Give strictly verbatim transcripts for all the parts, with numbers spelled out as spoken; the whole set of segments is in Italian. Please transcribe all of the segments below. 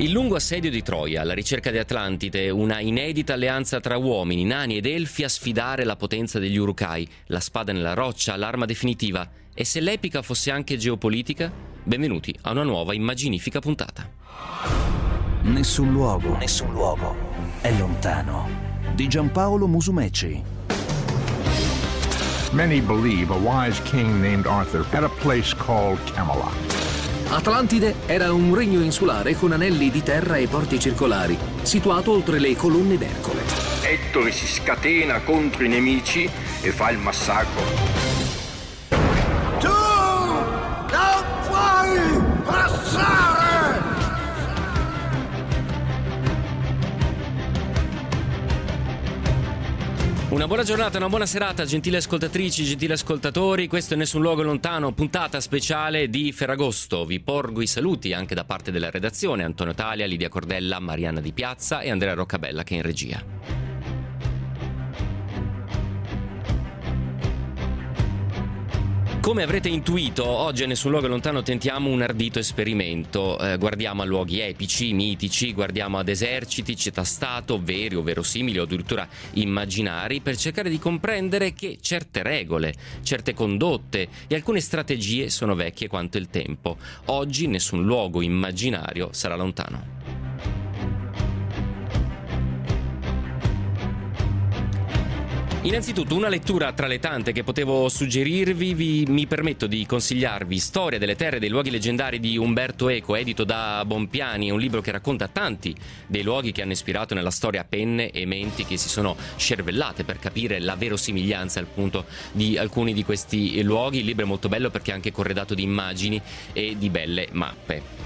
Il lungo assedio di Troia, la ricerca di Atlantide, una inedita alleanza tra uomini, nani ed elfi a sfidare la potenza degli Uruk-hai, la spada nella roccia, l'arma definitiva. E se l'epica fosse anche geopolitica? Benvenuti a una nuova immaginifica puntata. Nessun luogo, nessun luogo è lontano. Di Giampaolo Musumeci. Many believe a wise king named Arthur had a place called Camelot. Atlantide era un regno insulare con anelli di terra e porti circolari, situato oltre le colonne d'Ercole. Ettore si scatena contro i nemici e fa il massacro. Tu non puoi passare! Una buona giornata, una buona serata, gentili ascoltatrici, gentili ascoltatori. Questo è Nessun Luogo Lontano, puntata speciale di Ferragosto. Vi porgo i saluti anche da parte della redazione: Antonio Talia, Lidia Cordella, Marianna Di Piazza e Andrea Roccabella che è in regia. Come avrete intuito, oggi a Nessun Luogo Lontano tentiamo un ardito esperimento. Eh, guardiamo a luoghi epici, mitici, guardiamo ad eserciti, città-stato, veri o verosimili o addirittura immaginari, per cercare di comprendere che certe regole, certe condotte e alcune strategie sono vecchie quanto il tempo. Oggi nessun luogo immaginario sarà lontano. Innanzitutto una lettura tra le tante che potevo suggerirvi, vi, mi permetto di consigliarvi Storia delle terre e dei luoghi leggendari di Umberto Eco, edito da Bompiani. È un libro che racconta tanti dei luoghi che hanno ispirato nella storia penne e menti che si sono scervellate per capire la verosimiglianza appunto di alcuni di questi luoghi. Il libro è molto bello perché è anche corredato di immagini e di belle mappe.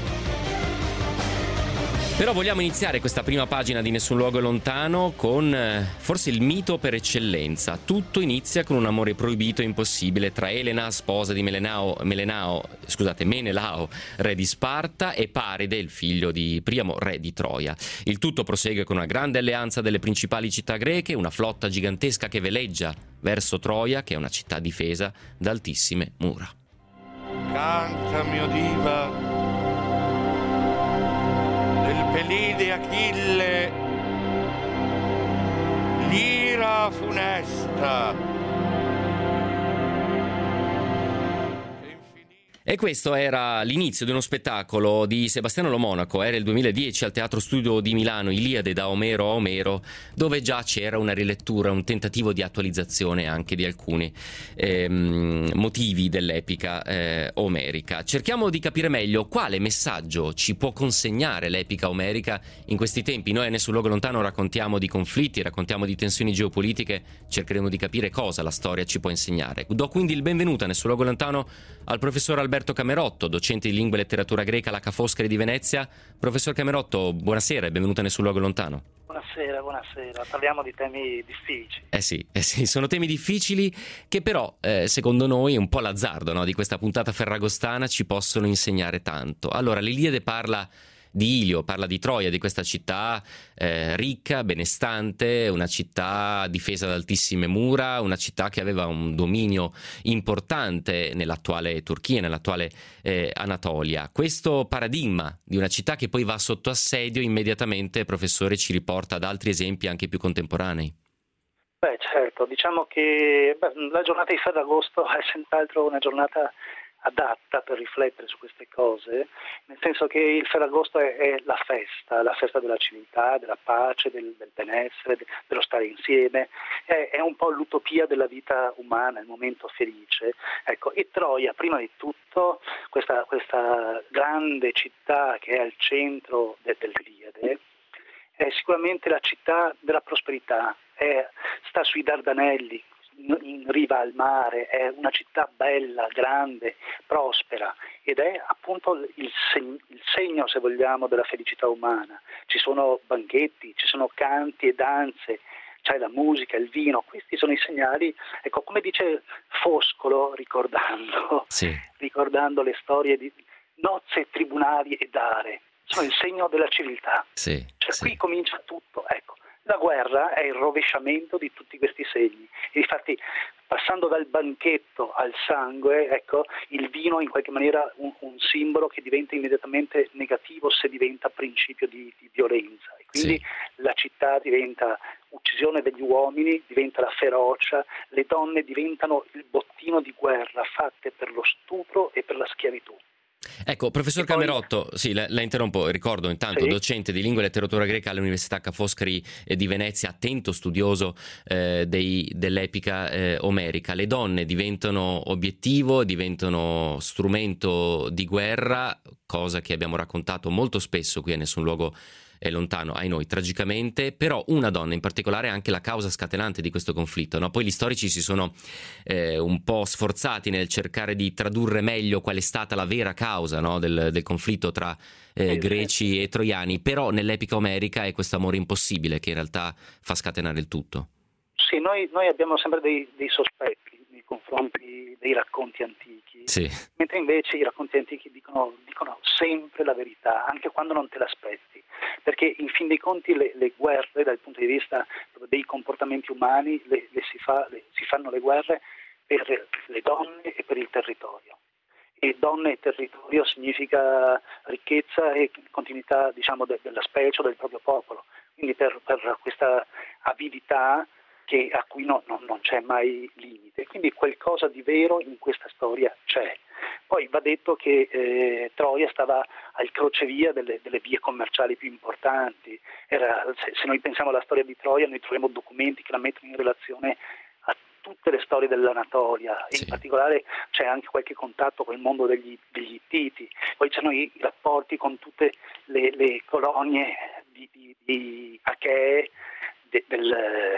Però vogliamo iniziare questa prima pagina di Nessun Luogo Lontano con eh, forse il mito per eccellenza. Tutto inizia con un amore proibito e impossibile tra Elena, sposa di Melenao, Melenao, scusate, Menelao, re di Sparta, e Paride, il figlio di Priamo, re di Troia. Il tutto prosegue con una grande alleanza delle principali città greche, una flotta gigantesca che veleggia verso Troia, che è una città difesa da altissime mura. Canta, mio diva, del Pelide Achille, l'ira funesta. E questo era l'inizio di uno spettacolo di Sebastiano Lo Monaco, era il duemiladieci al Teatro Studio di Milano, Iliade da Omero a Omero, dove già c'era una rilettura, un tentativo di attualizzazione anche di alcuni ehm, motivi dell'epica eh, omerica. Cerchiamo di capire meglio quale messaggio ci può consegnare l'epica omerica in questi tempi. Noi a Nessun Luogo Lontano raccontiamo di conflitti, raccontiamo di tensioni geopolitiche, cercheremo di capire cosa la storia ci può insegnare. Do quindi il benvenuto a Nessun Luogo Lontano al professor Alberto Camerotto, docente di lingua e letteratura greca alla Ca' Foscari di Venezia. Professor Camerotto, buonasera e benvenuto a Nessun Luogo Lontano. Buonasera, buonasera. Parliamo di temi difficili. Eh sì, eh sì, sono temi difficili che però, eh, secondo noi, un po' l'azzardo, no, di questa puntata ferragostana ci possono insegnare tanto. Allora, l'Iliade parla di Ilio, parla di Troia, di questa città eh, ricca, benestante, una città difesa da altissime mura, una città che aveva un dominio importante nell'attuale Turchia, nell'attuale eh, Anatolia. Questo paradigma di una città che poi va sotto assedio immediatamente, professore, ci riporta ad altri esempi anche più contemporanei. Beh, certo, diciamo che beh, la giornata di Ferragosto è senz'altro una giornata adatta per riflettere su queste cose, nel senso che il Ferragosto è, è la festa, la festa della civiltà, della pace, del, del benessere, de, dello stare insieme, è, è un po' l'utopia della vita umana, il momento felice. Ecco, e Troia, prima di tutto, questa, questa grande città che è al centro de, dell'Iliade, è sicuramente la città della prosperità, è, sta sui Dardanelli, in riva al mare, è una città bella, grande, prospera ed è appunto il segno, il segno, se vogliamo, della felicità umana. Ci sono banchetti, ci sono canti e danze, c'è la musica, il vino, questi sono i segnali, ecco, come dice Foscolo, ricordando, sì. ricordando le storie di nozze, tribunali e dare, sono il segno della civiltà. Sì, cioè sì. Qui comincia tutto, ecco. La guerra è il rovesciamento di tutti questi segni. E infatti passando dal banchetto al sangue, ecco, il vino è in qualche maniera un, un simbolo che diventa immediatamente negativo se diventa principio di, di violenza. E quindi sì. La città diventa uccisione degli uomini, diventa la ferocia, le donne diventano il bottino di guerra fatte per lo stupro e per la schiavitù. Ecco, professor poi... Camerotto, sì, la, la interrompo, ricordo intanto, sì. Docente di lingua e letteratura greca all'Università Ca' Foscari eh, di Venezia, attento studioso eh, dei, dell'epica eh, omerica. Le donne diventano obiettivo, diventano strumento di guerra, cosa che abbiamo raccontato molto spesso qui a Nessun Luogo è Lontano, ai noi, tragicamente, però una donna in particolare è anche la causa scatenante di questo conflitto, no? Poi gli storici si sono eh, un po' sforzati nel cercare di tradurre meglio qual è stata la vera causa, no? del, del conflitto tra eh, greci e troiani, però nell'epica omerica è questo amore impossibile che in realtà fa scatenare il tutto. Sì, noi, noi abbiamo sempre dei, dei sospetti nei confronti dei racconti antichi, sì. Mentre invece i racconti antichi dicono, dicono sempre la verità, anche quando non te l'aspetti. Perché in fin dei conti le, le guerre, dal punto di vista dei comportamenti umani, le, le si, fa, le, si fanno le guerre per le donne e per il territorio. E donne e territorio significa ricchezza e continuità, diciamo, de, della specie o del proprio popolo. Quindi per, per questa avidità che, a cui no, no, non c'è mai limite. Quindi qualcosa di vero in questa storia c'è. Poi va detto che eh, Troia stava al crocevia delle, delle vie commerciali più importanti. Era, se, se noi pensiamo alla storia di Troia, noi troviamo documenti che la mettono in relazione a tutte le storie dell'Anatolia, e sì. In particolare c'è anche qualche contatto con il mondo degli, degli Ittiti. Poi c'erano i rapporti con tutte le, le colonie di, di, di Achee de, del,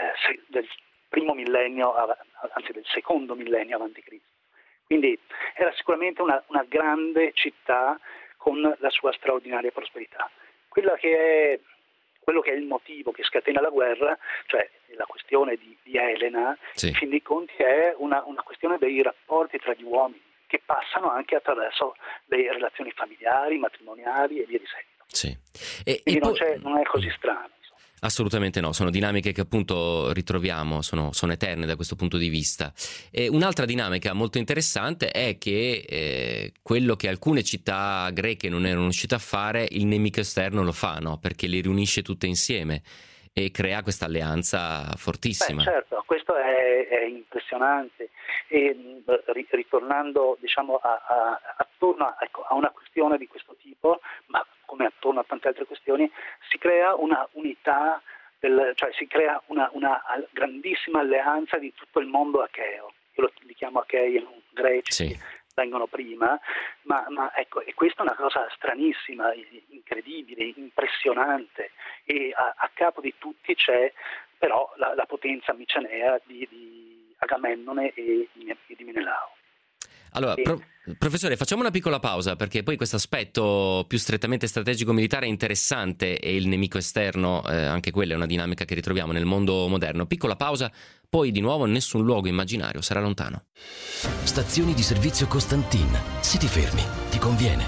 del primo millennio, anzi del secondo millennio avanti Cristo. Quindi era sicuramente una, una grande città con la sua straordinaria prosperità. Quella che è, quello che è il motivo che scatena la guerra, cioè la questione di, di Elena, sì. In fin dei conti è una, una questione dei rapporti tra gli uomini, che passano anche attraverso le relazioni familiari, matrimoniali e via di seguito. Sì. E, Quindi e non, poi... c'è, non è così strano. Assolutamente no, sono dinamiche che appunto ritroviamo, sono, sono eterne da questo punto di vista. E un'altra dinamica molto interessante è che eh, quello che alcune città greche non erano riuscite a fare, il nemico esterno lo fa, no? Perché le riunisce tutte insieme e crea questa alleanza fortissima. Beh, certo, questo è, è impressionante. E ritornando, diciamo, a, a, attorno a, ecco, a una questione di questo tipo, ma come attorno a tante altre questioni, si crea una unità, del, cioè si crea una, una grandissima alleanza di tutto il mondo acheo. Io lo, li chiamo achei, non greci, sì. Che vengono prima, ma, ma ecco, e questa è una cosa stranissima, incredibile, impressionante, e a, a capo di tutti c'è però la, la potenza micenea di, di Agamennone e di, di Menelao. Allora, pro- professore, facciamo una piccola pausa, perché poi questo aspetto più strettamente strategico-militare è interessante, e il nemico esterno, eh, anche quella è una dinamica che ritroviamo nel mondo moderno. Piccola pausa, poi di nuovo Nessun Luogo Immaginario sarà lontano. Stazioni di servizio Costantin. Se ti fermi, ti conviene.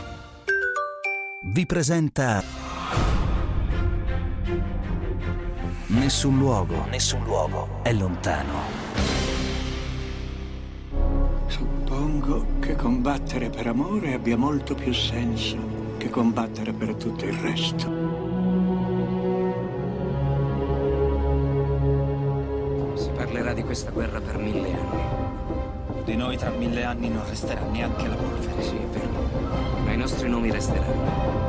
Vi presenta Nessun Luogo, Nessun Luogo è lontano. Suppongo che combattere per amore abbia molto più senso che combattere per tutto il resto. Si parlerà di questa guerra per mille anni. Di noi tra mille anni non resterà neanche la polvere. Sì, è vero, ma i nostri nomi resteranno.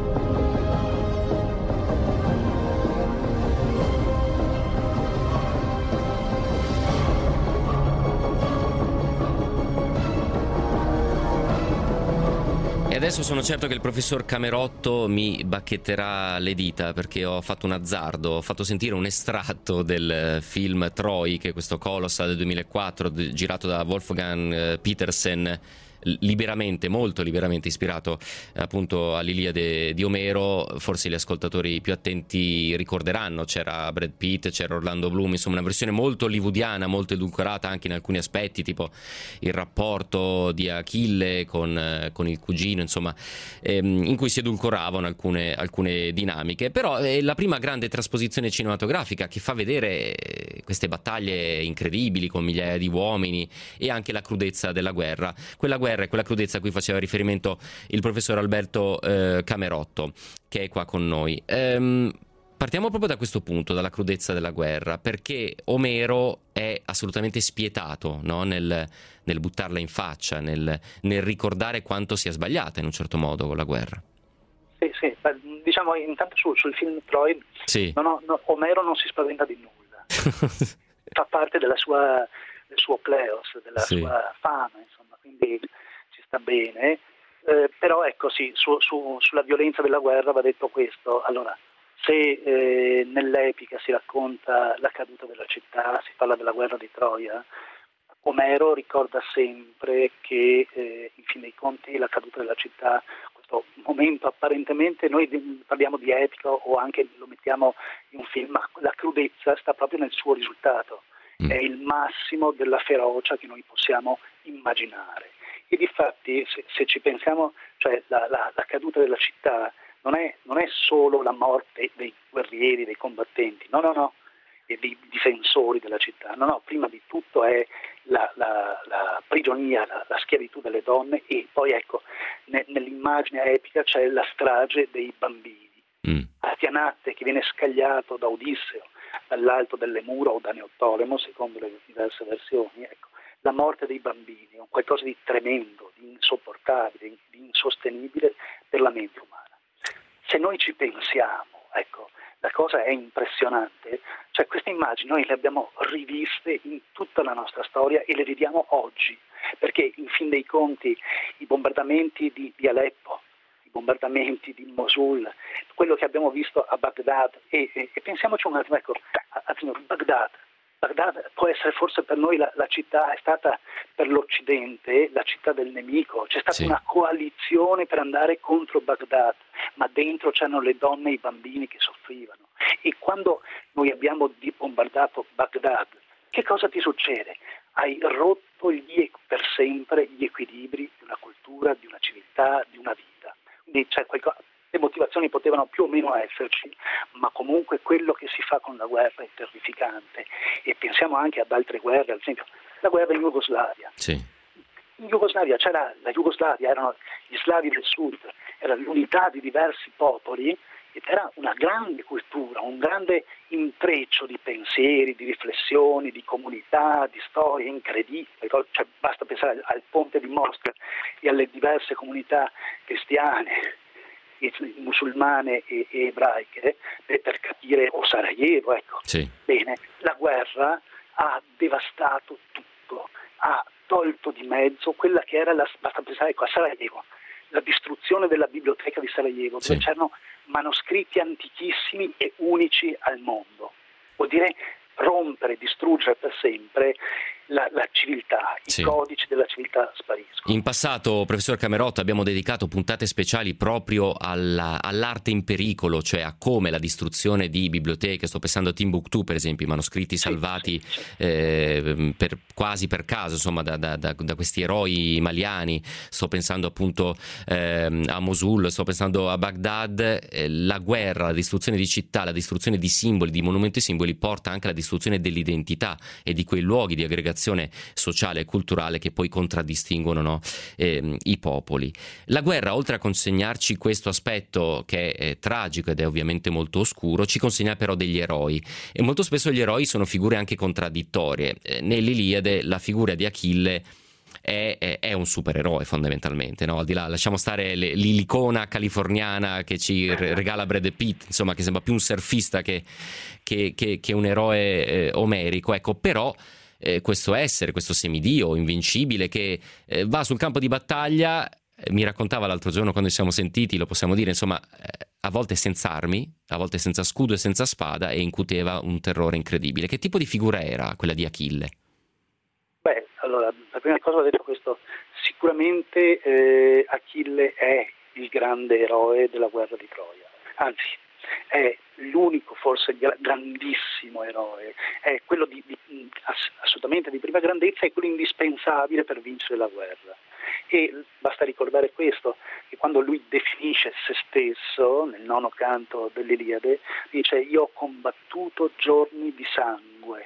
Adesso sono certo che il professor Camerotto mi bacchetterà le dita, perché ho fatto un azzardo, ho fatto sentire un estratto del film Troy, che è questo colossal del duemilaquattro girato da Wolfgang Petersen, liberamente, molto liberamente ispirato appunto all'Iliade di Omero. Forse gli ascoltatori più attenti ricorderanno, c'era Brad Pitt, c'era Orlando Bloom, insomma una versione molto hollywoodiana, molto edulcorata anche in alcuni aspetti, tipo il rapporto di Achille con, con il cugino, insomma, ehm, in cui si edulcoravano alcune, alcune dinamiche. Però è la prima grande trasposizione cinematografica che fa vedere queste battaglie incredibili con migliaia di uomini e anche la crudezza della guerra, quella guerra e quella crudezza a cui faceva riferimento il professor Alberto eh, Camerotto, che è qua con noi. Ehm, partiamo proprio da questo punto, dalla crudezza della guerra, perché Omero è assolutamente spietato, no? nel, nel buttarla in faccia, nel, nel ricordare quanto sia sbagliata in un certo modo con la guerra. Sì, sì, diciamo intanto sul, sul film Troy, sì. no, no, no, Omero non si spaventa di nulla, fa parte della sua, del suo kleos, della sì. sua fama, insomma, quindi ci sta bene, eh, però ecco sì, su, su, sulla violenza della guerra va detto questo. Allora, se eh, nell'epica si racconta la caduta della città, si parla della guerra di Troia, Omero ricorda sempre che eh, in fin dei conti la caduta della città, questo momento apparentemente, noi parliamo di epica o anche lo mettiamo in un film, ma la crudezza sta proprio nel suo risultato, mm. è il massimo della ferocia che noi possiamo immaginare. E difatti se, se ci pensiamo, cioè la, la, la caduta della città non è, non è solo la morte dei guerrieri, dei combattenti, no no no, e dei difensori della città, no no, prima di tutto è la, la, la prigionia, la, la schiavitù delle donne, e poi ecco ne, nell'immagine epica c'è la strage dei bambini. mm. Atianate, che viene scagliato da Odisseo dall'alto delle mura o da Neottolemo secondo le diverse versioni, ecco, la morte dei bambini è un qualcosa di tremendo, di insopportabile, di insostenibile per la mente umana. Se noi ci pensiamo, ecco, la cosa è impressionante, cioè queste immagini noi le abbiamo riviste in tutta la nostra storia e le vediamo oggi, perché in fin dei conti i bombardamenti di, di Aleppo, i bombardamenti di Mosul, quello che abbiamo visto a Baghdad, e, e, e pensiamoci un attimo, ecco, a, a Baghdad, Baghdad può essere forse per noi la, la città, è stata per l'Occidente la città del nemico, c'è stata sì. una coalizione per andare contro Baghdad, ma dentro c'erano le donne e i bambini che soffrivano. E quando noi abbiamo bombardato Baghdad, che cosa ti succede? Hai rotto gli, per sempre gli equilibri di una cultura, di una civiltà, di una vita. Quindi c'è qualcosa. Le motivazioni potevano più o meno esserci, ma comunque quello che si fa con la guerra è terrificante. E pensiamo anche ad altre guerre, ad esempio la guerra in Jugoslavia. Sì. In Jugoslavia c'era la Jugoslavia, erano gli slavi del sud, era l'unità di diversi popoli ed era una grande cultura, un grande intreccio di pensieri, di riflessioni, di comunità, di storie incredibili. Cioè, basta pensare al, al ponte di Mosca e alle diverse comunità cristiane, musulmane e, e ebraiche, per, per capire, o Sarajevo, ecco. Sì. Bene, la guerra ha devastato tutto, ha tolto di mezzo quella che era la, basta pensare, ecco, a Sarajevo, la distruzione della biblioteca di Sarajevo, sì. dove c'erano manoscritti antichissimi e unici al mondo. Vuol dire rompere, distruggere per sempre la, la civiltà, i sì. codici della civiltà spariscono. In passato, professor Camerotto, abbiamo dedicato puntate speciali proprio alla, all'arte in pericolo, cioè a come la distruzione di biblioteche, sto pensando a Timbuktu per esempio, i manoscritti sì, salvati sì, sì. Eh, per, quasi per caso, insomma, da, da, da, da questi eroi maliani, sto pensando appunto eh, a Mosul, sto pensando a Baghdad. Eh, la guerra, la distruzione di città, la distruzione di simboli, di monumenti e simboli porta anche alla distruzione dell'identità e di quei luoghi di aggregazione sociale e culturale che poi contraddistinguono, no, eh, i popoli. La guerra, oltre a consegnarci questo aspetto che è, è tragico ed è ovviamente molto oscuro, ci consegna però degli eroi, e molto spesso gli eroi sono figure anche contraddittorie. Eh, nell'Iliade la figura di Achille È, è, è un supereroe fondamentalmente, no? Al di là, lasciamo stare le, l'icona californiana che ci regala Brad Pitt, insomma, che sembra più un surfista che, che, che, che un eroe eh, omerico, ecco. Però eh, questo essere, questo semidio invincibile che eh, va sul campo di battaglia, eh, mi raccontava l'altro giorno quando ci siamo sentiti, lo possiamo dire, insomma, eh, a volte senza armi, a volte senza scudo e senza spada, e incuteva un terrore incredibile. Che tipo di figura era quella di Achille? Beh, allora, la prima cosa ho detto questo, sicuramente eh, Achille è il grande eroe della guerra di Troia, anzi è l'unico forse grandissimo eroe, è quello di, di, assolutamente di prima grandezza, è quello indispensabile per vincere la guerra. E basta ricordare questo, che quando lui definisce se stesso nel nono canto dell'Iliade, dice: io ho combattuto giorni di sangue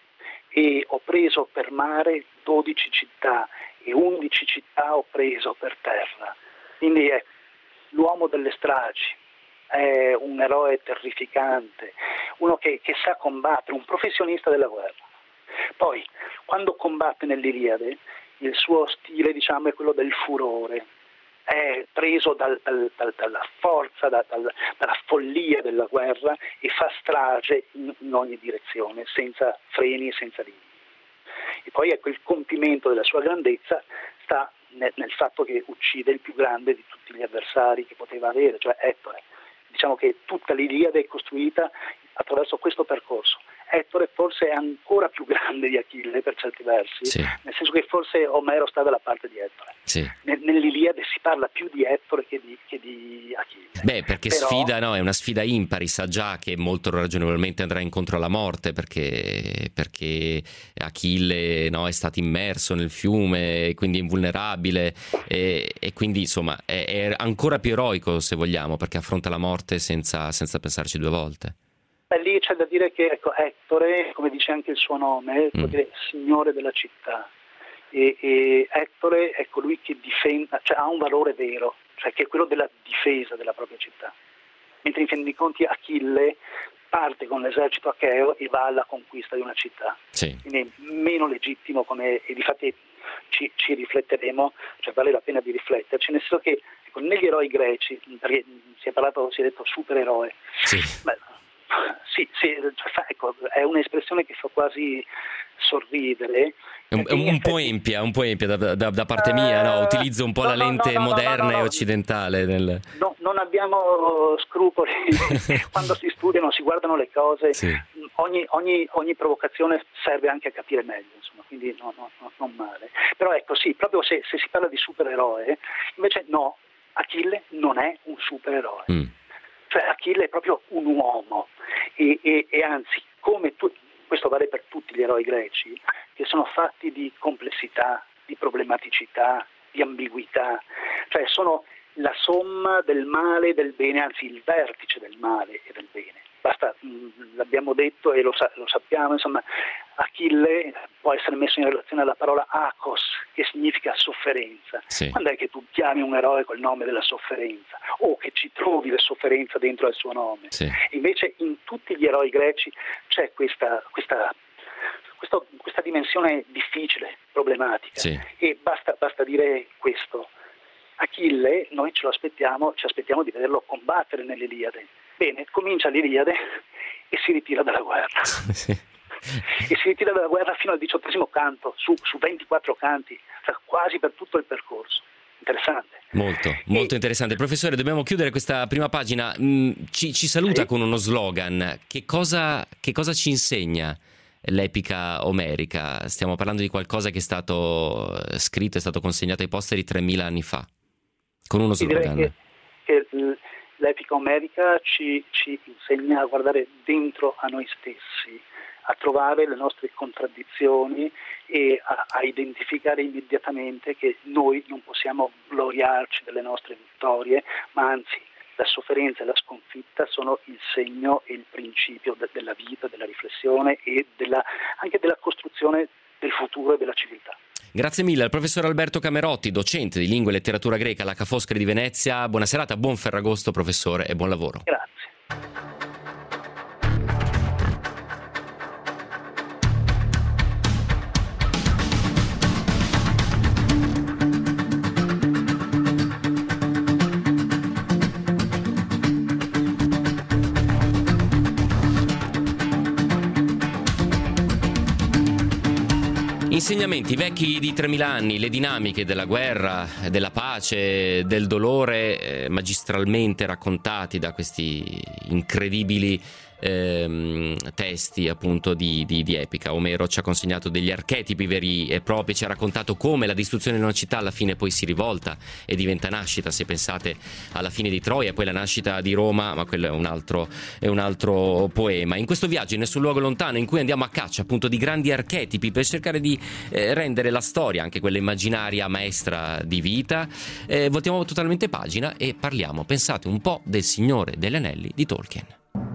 e ho preso per mare dodici città e undici città ho preso per terra. Quindi è l'uomo delle stragi, è un eroe terrificante, uno che, che sa combattere, un professionista della guerra. Poi, quando combatte nell'Iliade, il suo stile, diciamo, è quello del furore, è preso dal, dal, dal, dalla forza, da, dal, dalla follia della guerra e fa strage in, in ogni direzione, senza freni e senza limiti. E poi ecco, il compimento della sua grandezza sta nel, nel fatto che uccide il più grande di tutti gli avversari che poteva avere, cioè Ettore. Diciamo che tutta l'Iliade è costruita attraverso questo percorso. Ettore forse è ancora più grande di Achille per certi versi, sì. Nel senso che forse Omero sta dalla parte di Ettore. Sì. Nell'Iliade si parla più di Ettore che di, che di Achille. Beh, perché Però... sfida, no, è una sfida impari, sa già che molto ragionevolmente andrà incontro alla morte, perché, perché Achille, no, è stato immerso nel fiume, quindi è invulnerabile, e, e quindi insomma è, è ancora più eroico, se vogliamo, perché affronta la morte senza, senza pensarci due volte. Beh, lì c'è da dire che ecco, Ettore, come dice anche il suo nome, vuol dire signore della città, e, e Ettore è colui che difende, cioè ha un valore vero, cioè che è quello della difesa della propria città, mentre in fin dei conti Achille parte con l'esercito acheo e va alla conquista di una città, sì. Quindi meno legittimo, come, e difatti ci, ci rifletteremo, cioè vale la pena di rifletterci, nel senso che ecco, negli eroi greci, perché si è parlato, si è detto supereroe, sì. Beh, Sì, sì, cioè, ecco, è un'espressione che fa quasi sorridere. È un, un po' empia, un po' empia da, da, da parte mia, no? Utilizzo un po' no, la lente no, no, moderna no, no, no, e occidentale. Nel... No, non abbiamo scrupoli quando si studiano, si guardano le cose. Sì. Ogni, ogni, ogni provocazione serve anche a capire meglio, insomma, quindi no, no, no, non male. Però ecco, sì, proprio se, se si parla di supereroe, invece no, Achille non è un supereroe. Mm. Cioè Achille è proprio un uomo e, e, e anzi, come tu, questo vale per tutti gli eroi greci, che sono fatti di complessità, di problematicità, di ambiguità, cioè sono la somma del male e del bene, anzi il vertice del male e del bene. Basta, mh, l'abbiamo detto e lo, sa- lo sappiamo, insomma, Achille può essere messo in relazione alla parola akos, che significa sofferenza. Sì. Quando è che tu chiami un eroe col nome della sofferenza o che ci trovi la sofferenza dentro al suo nome? Sì. Invece in tutti gli eroi greci c'è questa, questa, questo, questa dimensione difficile, problematica, sì. E basta, basta dire questo. Achille, noi ce lo aspettiamo, ci aspettiamo di vederlo combattere nell'Iliade. Bene, comincia l'Iliade e si ritira dalla guerra. Sì. E si ritira dalla guerra fino al diciottesimo canto, su, su ventiquattro canti, cioè quasi per tutto il percorso. Interessante. Molto, molto e... interessante. Professore, dobbiamo chiudere questa prima pagina. Ci, ci saluta sì. con uno slogan. Che cosa, che cosa ci insegna l'epica omerica? Stiamo parlando di qualcosa che è stato scritto, è stato consegnato ai posteri tremila anni fa. Con uno slogan. Direi che, che l'epica omerica ci, ci insegna a guardare dentro a noi stessi, a trovare le nostre contraddizioni e a, a identificare immediatamente che noi non possiamo gloriarci delle nostre vittorie, ma anzi la sofferenza e la sconfitta sono il segno e il principio de, della vita, della riflessione e della, anche della costruzione del futuro e della civiltà. Grazie mille al professor Alberto Camerotti, docente di lingua e letteratura greca all'H. Foscari di Venezia. Buona serata, buon Ferragosto professore e buon lavoro. Grazie. Insegnamenti vecchi di tremila anni, le dinamiche della guerra, della pace, del dolore, eh, magistralmente raccontati da questi incredibili ehm, testi appunto di, di, di epica. Omero ci ha consegnato degli archetipi veri e propri, ci ha raccontato come la distruzione di una città alla fine poi si rivolta e diventa nascita, se pensate alla fine di Troia, poi la nascita di Roma, ma quello è un altro, è un altro poema. In questo viaggio in Nessun luogo lontano, in cui andiamo a caccia appunto di grandi archetipi per cercare di eh, rendere la storia, anche quella immaginaria, maestra di vita, eh, voltiamo totalmente pagina e parliamo, pensate un po', del Signore degli Anelli di Tolkien.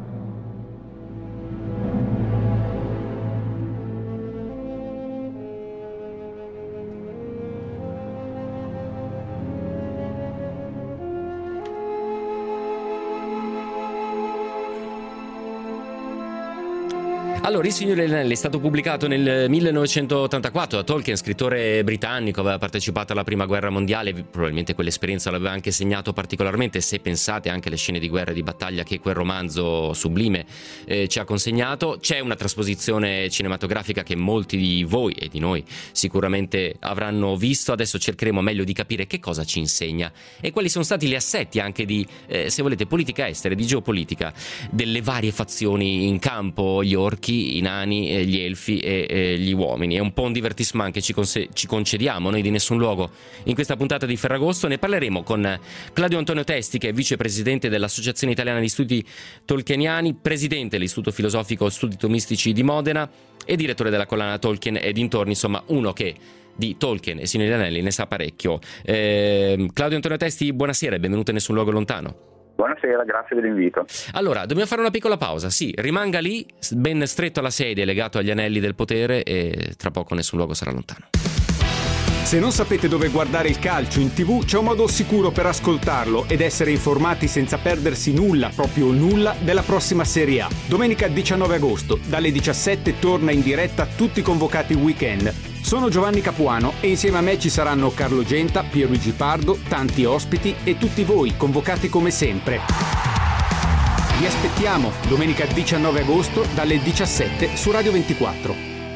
Allora, Il Signore degli Anelli è stato pubblicato nel millenovecentottantaquattro da Tolkien, scrittore britannico, aveva partecipato alla Prima Guerra Mondiale, probabilmente quell'esperienza l'aveva anche segnato particolarmente, se pensate anche alle scene di guerra e di battaglia che quel romanzo sublime eh, ci ha consegnato. C'è una trasposizione cinematografica che molti di voi e di noi sicuramente avranno visto. Adesso cercheremo meglio di capire che cosa ci insegna e quali sono stati gli assetti anche di, eh, se volete, politica estera, di geopolitica delle varie fazioni in campo, gli orchi, i nani, gli elfi e, e gli uomini. È un po' un divertissement che ci, conse- ci concediamo noi di Nessun Luogo in questa puntata di Ferragosto. Ne parleremo con Claudio Antonio Testi, che è vicepresidente dell'Associazione Italiana di Studi Tolkieniani, presidente dell'Istituto Filosofico Studi Tomistici di Modena e direttore della collana Tolkien e dintorni, insomma uno che di Tolkien e Signore degli Anelli ne sa parecchio. Eh, Claudio Antonio Testi, buonasera e benvenuto in Nessun Luogo Lontano. Buonasera, grazie dell'invito. Allora, dobbiamo fare una piccola pausa. Sì, rimanga lì, ben stretto alla sedia, legato agli anelli del potere, e tra poco Nessun Luogo sarà lontano. Se non sapete dove guardare il calcio in tivù, c'è un modo sicuro per ascoltarlo ed essere informati senza perdersi nulla, proprio nulla, della prossima Serie A. Domenica diciannove agosto, dalle diciassette, torna in diretta Tutti convocati weekend. Sono Giovanni Capuano e insieme a me ci saranno Carlo Genta, Pierluigi Pardo, tanti ospiti e tutti voi convocati come sempre. Vi aspettiamo domenica diciannove agosto dalle diciassette su Radio ventiquattro.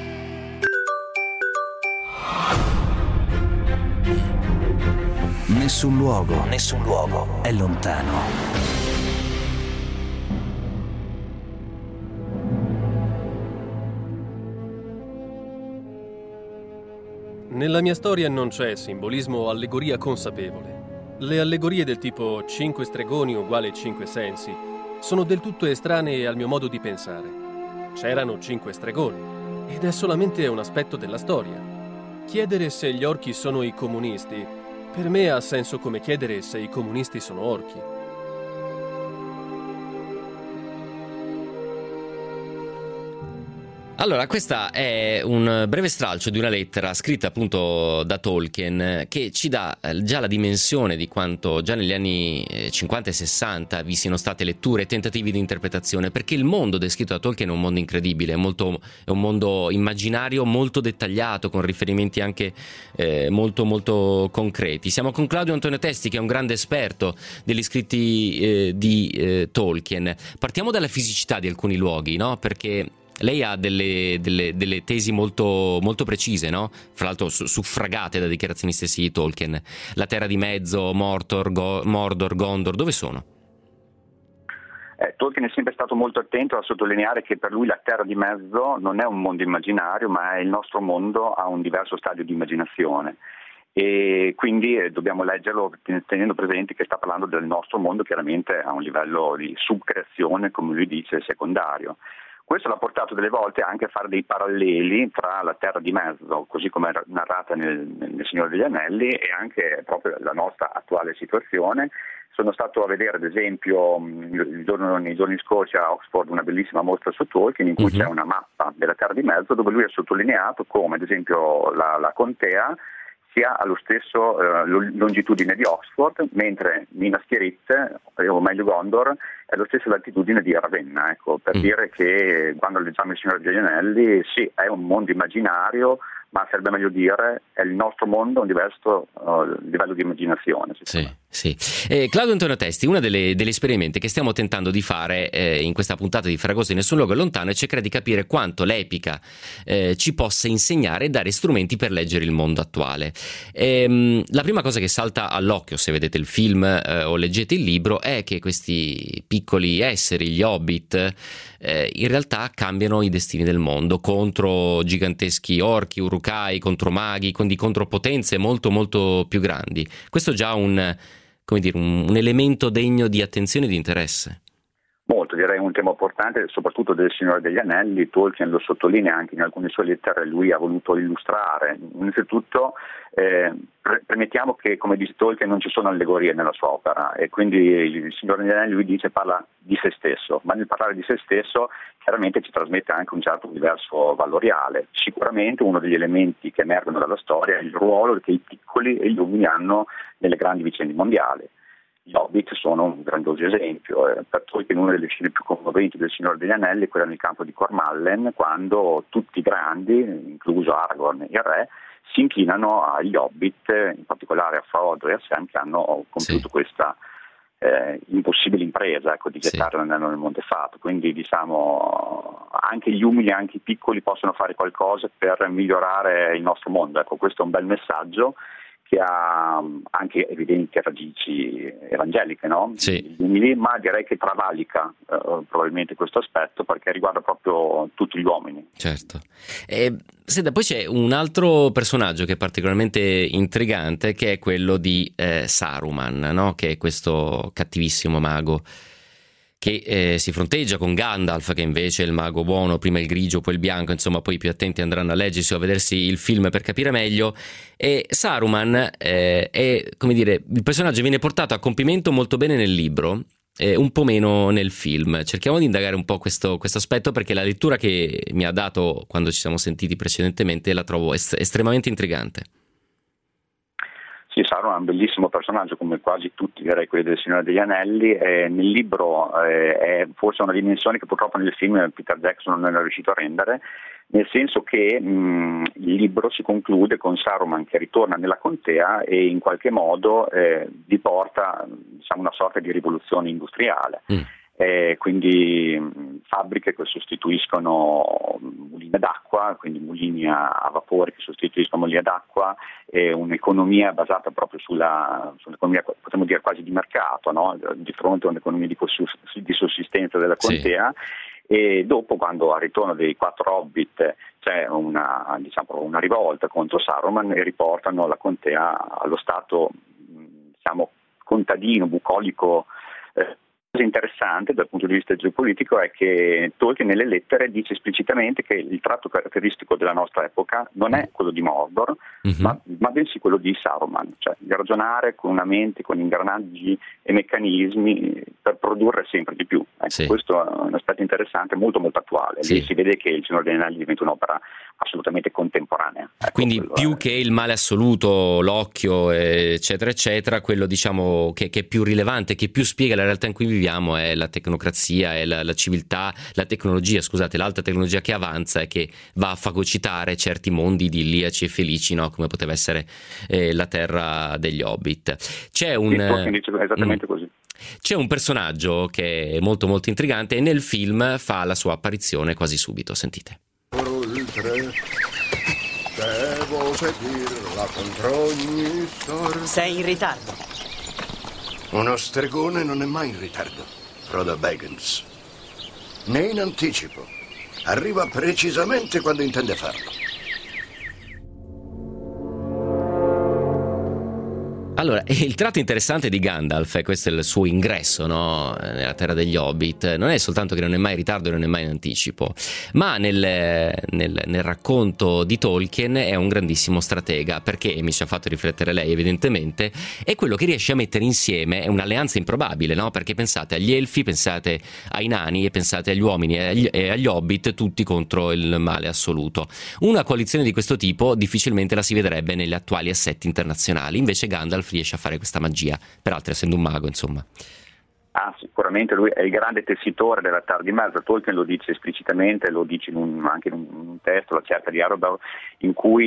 Nessun luogo, nessun luogo è lontano. Nella mia storia non c'è simbolismo o allegoria consapevole. Le allegorie del tipo cinque stregoni uguale cinque sensi sono del tutto estranee al mio modo di pensare. C'erano cinque stregoni ed è solamente un aspetto della storia. Chiedere se gli orchi sono i comunisti per me ha senso come chiedere se i comunisti sono orchi. Allora, questa è un breve stralcio di una lettera scritta appunto da Tolkien che ci dà già la dimensione di quanto già negli anni cinquanta e sessanta vi siano state letture e tentativi di interpretazione, perché il mondo descritto da Tolkien è un mondo incredibile, è, molto, è un mondo immaginario molto dettagliato, con riferimenti anche eh, molto molto concreti. Siamo con Claudio Antonio Testi, che è un grande esperto degli scritti eh, di eh, Tolkien. Partiamo dalla fisicità di alcuni luoghi, no? Perché lei ha delle, delle, delle tesi molto, molto precise, no? Fra l'altro suffragate da dichiarazioni stesse di Tolkien. La Terra di Mezzo, Mortor, Go, Mordor, Gondor, dove sono? Eh, Tolkien è sempre stato molto attento a sottolineare che per lui la Terra di Mezzo non è un mondo immaginario, ma è il nostro mondo a un diverso stadio di immaginazione. E quindi eh, dobbiamo leggerlo tenendo presente che sta parlando del nostro mondo, chiaramente a un livello di subcreazione, come lui dice, secondario. Questo l'ha portato delle volte anche a fare dei paralleli tra la Terra di Mezzo, così come è narrata nel, nel Signore degli Anelli, e anche proprio la nostra attuale situazione. Sono stato a vedere, ad esempio, il giorno, nei giorni scorsi a Oxford una bellissima mostra su Tolkien in cui uh-huh. c'è una mappa della Terra di Mezzo dove lui ha sottolineato come, ad esempio, la, la contea sia allo stesso eh, longitudine di Oxford, mentre Minas Tirith, o meglio Gondor, è allo stesso latitudine di Ravenna, ecco, per mm. dire che quando leggiamo il Signore degli Anelli, sì, è un mondo immaginario, ma sarebbe meglio dire è il nostro mondo a un diverso uh, livello di immaginazione. Sì. Sì. Eh, Claudio Antonio Testi, una delle, degli esperimenti che stiamo tentando di fare eh, in questa puntata di Ferragosto in Nessun Luogo è Lontano è cercare di capire quanto l'epica eh, ci possa insegnare e dare strumenti per leggere il mondo attuale. Ehm, la prima cosa che salta all'occhio se vedete il film eh, o leggete il libro è che questi piccoli esseri, gli hobbit, eh, in realtà cambiano i destini del mondo contro giganteschi orchi, urukai, contro maghi, quindi contro potenze molto molto più grandi. Questo è già un come dire, un, un elemento degno di attenzione e di interesse. Molto, direi un tema importante, soprattutto del Signore degli Anelli. Tolkien lo sottolinea anche in alcune sue lettere, lui ha voluto illustrare. Innanzitutto eh, pre- premettiamo che, come dice Tolkien, non ci sono allegorie nella sua opera e quindi il Signore degli Anelli, lui dice, parla di se stesso, ma nel parlare di se stesso chiaramente ci trasmette anche un certo universo valoriale. Sicuramente uno degli elementi che emergono dalla storia è il ruolo che i piccoli e gli uomini hanno nelle grandi vicende mondiali. Gli Hobbit sono un grandioso esempio, eh, per Tolkien una delle scene più commoventi del Signore degli Anelli è quella nel campo di Cormallen, quando tutti i grandi, incluso Aragorn e il re, si inchinano agli Hobbit, in particolare a Frodo e a Sam, che hanno compiuto sì. questa eh, impossibile impresa, ecco, di gettare sì. l'anello nel Montefatto. Quindi diciamo anche gli umili, anche i piccoli possono fare qualcosa per migliorare il nostro mondo. Ecco, questo è un bel messaggio che ha anche evidenti radici evangeliche, no? Sì. Ma direi che travalica eh, probabilmente questo aspetto, perché riguarda proprio tutti gli uomini. Certo. E, senta, poi c'è un altro personaggio che è particolarmente intrigante, che è quello di eh, Saruman, no? Che è questo cattivissimo mago che eh, si fronteggia con Gandalf, che invece è il mago buono, prima il grigio poi il bianco, insomma poi i più attenti andranno a leggersi o a vedersi il film per capire meglio. E Saruman eh, è, come dire, il personaggio viene portato a compimento molto bene nel libro, eh, un po' meno nel film. Cerchiamo di indagare un po' questo, questo aspetto, perché la lettura che mi ha dato quando ci siamo sentiti precedentemente la trovo est- estremamente intrigante. Sì, Saruman è un bellissimo personaggio, come quasi tutti, direi, quelli del Signore degli Anelli. Eh, nel libro eh, è forse una dimensione che purtroppo nel film Peter Jackson non è riuscito a rendere, nel senso che mh, il libro si conclude con Saruman che ritorna nella contea e in qualche modo eh, vi porta, diciamo, una sorta di rivoluzione industriale. Mm. Eh, quindi mh, fabbriche che sostituiscono mulini d'acqua, quindi mulini a, a vapore che sostituiscono mulini d'acqua, e un'economia basata proprio sulla, sull'economia, potremmo dire quasi di mercato, no? Di fronte a un'economia di, di sussistenza della contea. Sì. E dopo, quando al ritorno dei quattro Hobbit c'è una, diciamo, una rivolta contro Saruman e riportano la contea allo stato, diciamo, contadino, bucolico. eh, cosa interessante dal punto di vista geopolitico è che Tolkien nelle lettere dice esplicitamente che il tratto caratteristico della nostra epoca non è quello di Mordor, mm-hmm. ma, ma bensì quello di Saruman, cioè di ragionare con una mente, con ingranaggi e meccanismi per produrre sempre di più. Ecco, sì. Questo è un aspetto interessante, molto molto attuale. Sì. Lì si vede che il Signore degli Anelli diventa un'opera assolutamente contemporanea. Ecco, quindi più è... che il male assoluto, l'occhio, eccetera, eccetera, quello diciamo che, che è più rilevante, che più spiega la realtà in cui viviamo è la tecnocrazia, è la, la civiltà, la tecnologia, scusate, l'alta tecnologia che avanza e che va a fagocitare certi mondi idilliaci e felici, no? Come poteva essere eh, la terra degli Hobbit. C'è un... Sì, dice esattamente mm. così. C'è un personaggio che è molto molto intrigante e nel film fa la sua apparizione quasi subito, sentite. Oltre, devo seguirla contro ogni sorte. Sei in ritardo. Uno stregone non è mai in ritardo, Frodo Baggins. Né in anticipo. Arriva precisamente quando intende farlo. Allora, il tratto interessante di Gandalf, e questo è il suo ingresso, no, nella terra degli Hobbit, non è soltanto che non è mai in ritardo e non è mai in anticipo, ma nel, nel, nel racconto di Tolkien è un grandissimo stratega, perché, e mi ci ha fatto riflettere lei evidentemente, è quello che riesce a mettere insieme, è un'alleanza improbabile, no? Perché pensate agli elfi, pensate ai nani e pensate agli uomini e agli, e agli Hobbit, tutti contro il male assoluto. Una coalizione di questo tipo difficilmente la si vedrebbe negli attuali assetti internazionali, invece Gandalf riesce a fare questa magia, peraltro essendo un mago, insomma. Ah, sicuramente lui è il grande tessitore della terra di mezzo. Tolkien lo dice esplicitamente, lo dice in un, anche in un, in un testo, La cerca di Erebor, in cui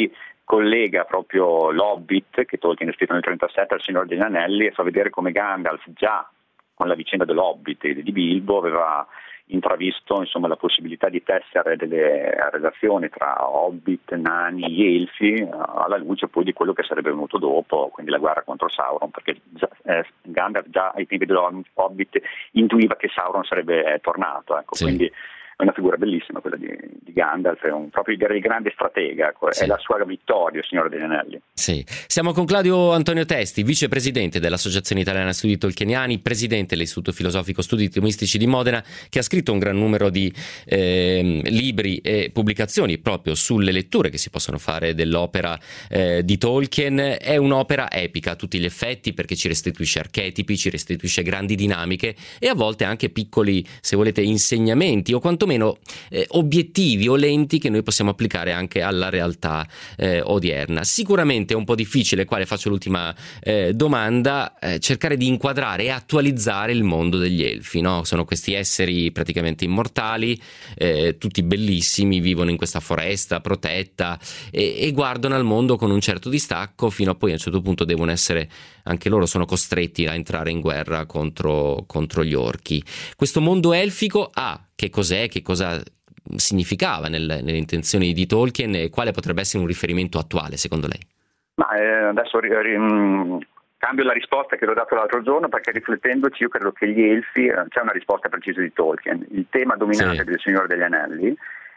collega proprio l'Hobbit, che Tolkien ha scritto nel trentasette, al Signore degli Anelli, e fa vedere come Gandalf già con la vicenda dell'Hobbit e di Bilbo aveva intravisto insomma la possibilità di tessere delle relazioni tra Hobbit, nani, gli elfi, alla luce poi di quello che sarebbe venuto dopo, quindi la guerra contro Sauron, perché già, eh, Gandalf già ai tempi dell'Hobbit intuiva che Sauron sarebbe eh, tornato, ecco, sì. Quindi è una figura bellissima quella di, di Gandalf, è un, proprio il grande stratega, ecco, sì. È la sua vittoria, il Signore degli Anelli. Sì. Siamo con Claudio Antonio Testi, vicepresidente dell'Associazione Italiana Studi Tolkieniani, presidente dell'Istituto Filosofico Studi Tomistici di Modena, che ha scritto un gran numero di eh, libri e pubblicazioni proprio sulle letture che si possono fare dell'opera eh, di Tolkien. È un'opera epica a tutti gli effetti, perché ci restituisce archetipi, ci restituisce grandi dinamiche e a volte anche piccoli, se volete, insegnamenti o quanto meno eh, obiettivi o lenti che noi possiamo applicare anche alla realtà eh, odierna. Sicuramente è un po' difficile, qua le faccio l'ultima eh, domanda, eh, cercare di inquadrare e attualizzare il mondo degli elfi, no? Sono questi esseri praticamente immortali, eh, tutti bellissimi, vivono in questa foresta protetta e, e guardano al mondo con un certo distacco, fino a poi a un certo punto devono essere, anche loro sono costretti a entrare in guerra contro, contro gli orchi. Questo mondo elfico ha che cos'è, che cosa significava nel, nelle intenzioni di Tolkien e quale potrebbe essere un riferimento attuale secondo lei? Ma eh, adesso ri, ri, cambio la risposta che l'ho dato l'altro giorno, perché riflettendoci io credo che gli elfi, eh, c'è una risposta precisa di Tolkien, il tema dominante sì. del Signore degli Anelli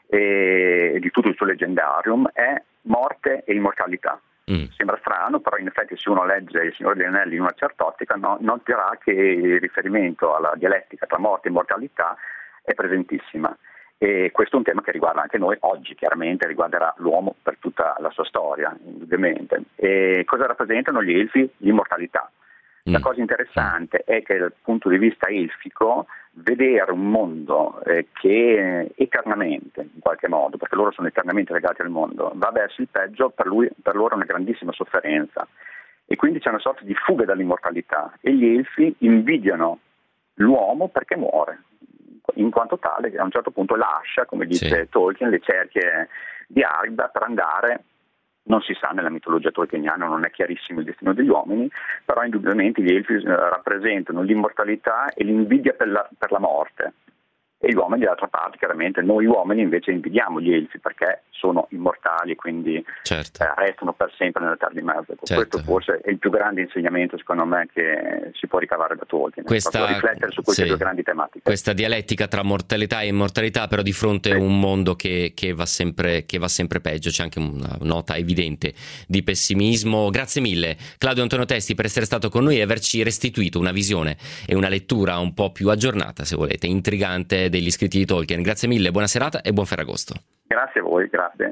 e di tutto il suo leggendarium è morte e immortalità. Mm. Sembra strano, però in effetti se uno legge il Signore degli Anelli in una certa ottica no, noterà che il riferimento alla dialettica tra morte e immortalità è presentissima, e questo è un tema che riguarda anche noi oggi, chiaramente riguarderà l'uomo per tutta la sua storia, indubbiamente. E cosa rappresentano gli elfi? L'immortalità. Mm. La cosa interessante è che dal punto di vista elfico vedere un mondo eh, che eternamente, in qualche modo, perché loro sono eternamente legati al mondo, va verso il peggio, per, lui, per loro è una grandissima sofferenza, e quindi c'è una sorta di fuga dall'immortalità, e gli elfi invidiano l'uomo perché muore, in quanto tale a un certo punto lascia, come dice sì. Tolkien, le cerchie di Arda per andare, non si sa nella mitologia tolkieniana, non è chiarissimo il destino degli uomini, però indubbiamente gli elfi eh, rappresentano l'immortalità e l'invidia per la, per la morte. E gli uomini dall'altra parte, chiaramente, noi uomini invece invidiamo gli elfi perché sono immortali e quindi certo. eh, restano per sempre nella terra di mezzo. Certo. Questo forse è il più grande insegnamento, secondo me, che si può ricavare da Tolkien. Questa, riflettere su queste sì. due grandi tematiche. Questa dialettica tra mortalità e immortalità, però di fronte sì. a un mondo che, che, va sempre, che va sempre peggio. C'è anche una nota evidente di pessimismo. Grazie mille, Claudio Antonio Testi, per essere stato con noi e averci restituito una visione e una lettura un po' più aggiornata, se volete, intrigante, degli scritti di Tolkien. Grazie mille, buona serata e buon Ferragosto. Grazie a voi, grazie.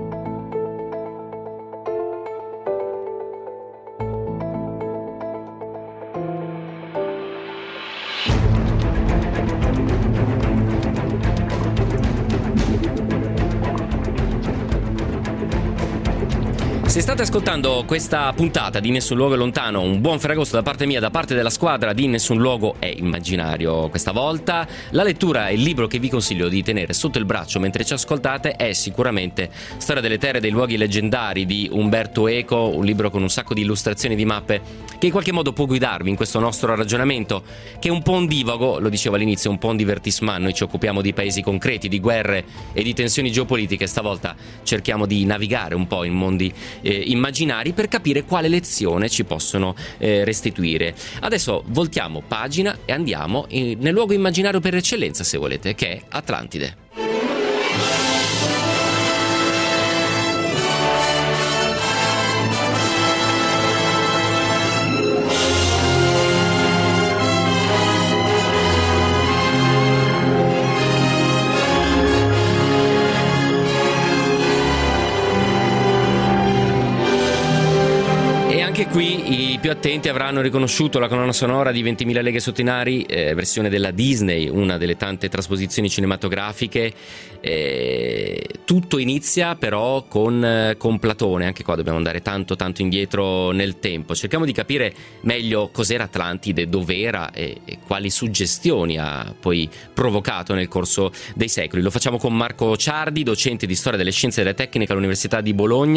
Se state ascoltando questa puntata di Nessun Luogo è Lontano, un buon Ferragosto da parte mia, da parte della squadra di Nessun Luogo è Immaginario. Questa volta la lettura e il libro che vi consiglio di tenere sotto il braccio mentre ci ascoltate è sicuramente Storia delle terre e dei luoghi leggendari di Umberto Eco, un libro con un sacco di illustrazioni di mappe che in qualche modo può guidarvi in questo nostro ragionamento, che è un po' ondivago, lo dicevo all'inizio, un po' un divertissement. Noi ci occupiamo di paesi concreti, di guerre e di tensioni geopolitiche, stavolta cerchiamo di navigare un po' in mondi Eh, immaginari per capire quale lezione ci possono eh, restituire. Adesso voltiamo pagina e andiamo in, nel luogo immaginario per eccellenza, se volete, che è Atlantide. Anche qui i più attenti avranno riconosciuto la colonna sonora di ventimila leghe sotto i nari, eh, versione della Disney, una delle tante trasposizioni cinematografiche. Eh, tutto inizia però con, con Platone, anche qua dobbiamo andare tanto tanto indietro nel tempo. Cerchiamo di capire meglio cos'era Atlantide, dov'era e, e quali suggestioni ha poi provocato nel corso dei secoli. Lo facciamo con Marco Ciardi, docente di storia delle scienze e delle tecniche all'Università di Bologna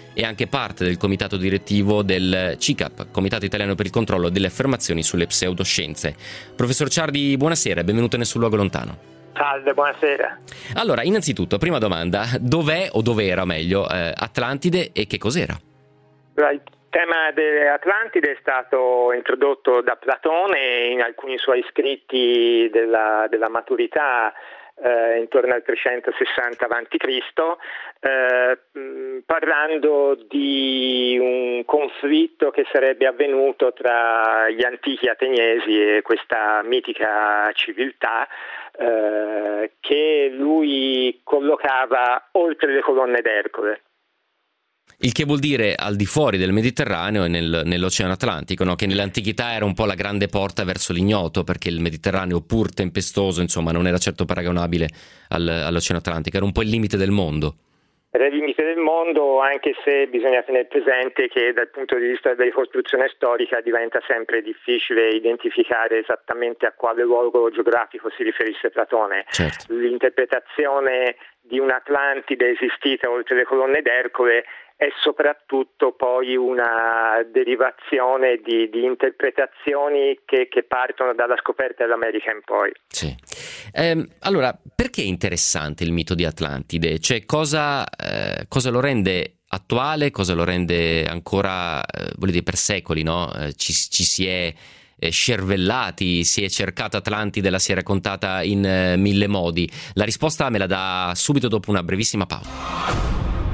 è anche parte del comitato direttivo del C I C A P, Comitato Italiano per il Controllo delle Affermazioni sulle Pseudoscienze. Professor Ciardi, buonasera e benvenuto in Nessun Luogo Lontano. Salve, buonasera. Allora, innanzitutto, prima domanda, dov'è o dov'era meglio eh, Atlantide e che cos'era? Il tema dell'Atlantide è stato introdotto da Platone in alcuni suoi scritti della, della maturità eh, intorno al trecentosessanta avanti Cristo, eh, parlando di un conflitto che sarebbe avvenuto tra gli antichi ateniesi e questa mitica civiltà eh, che lui collocava oltre le colonne d'Ercole. Il che vuol dire al di fuori del Mediterraneo e nel, nell'Oceano Atlantico, no? Che nell'antichità era un po' la grande porta verso l'ignoto, perché il Mediterraneo, pur tempestoso, insomma, non era certo paragonabile al, all'Oceano Atlantico, era un po' il limite del mondo. Era il limite del mondo, anche se bisogna tenere presente che dal punto di vista della ricostruzione storica diventa sempre difficile identificare esattamente a quale luogo geografico si riferisse Platone. Certo. L'interpretazione di un'Atlantide esistita oltre le colonne d'Ercole è soprattutto poi una derivazione di, di interpretazioni che, che partono dalla scoperta dell'America in poi. Sì. Eh, allora, perché è interessante il mito di Atlantide? Cioè, cosa, eh, cosa lo rende attuale, cosa lo rende ancora, eh, voglio dire, per secoli, no? Eh, ci, ci si è eh, scervellati, si è cercata Atlantide, la si è raccontata in eh, mille modi. La risposta me la dà subito dopo una brevissima pausa.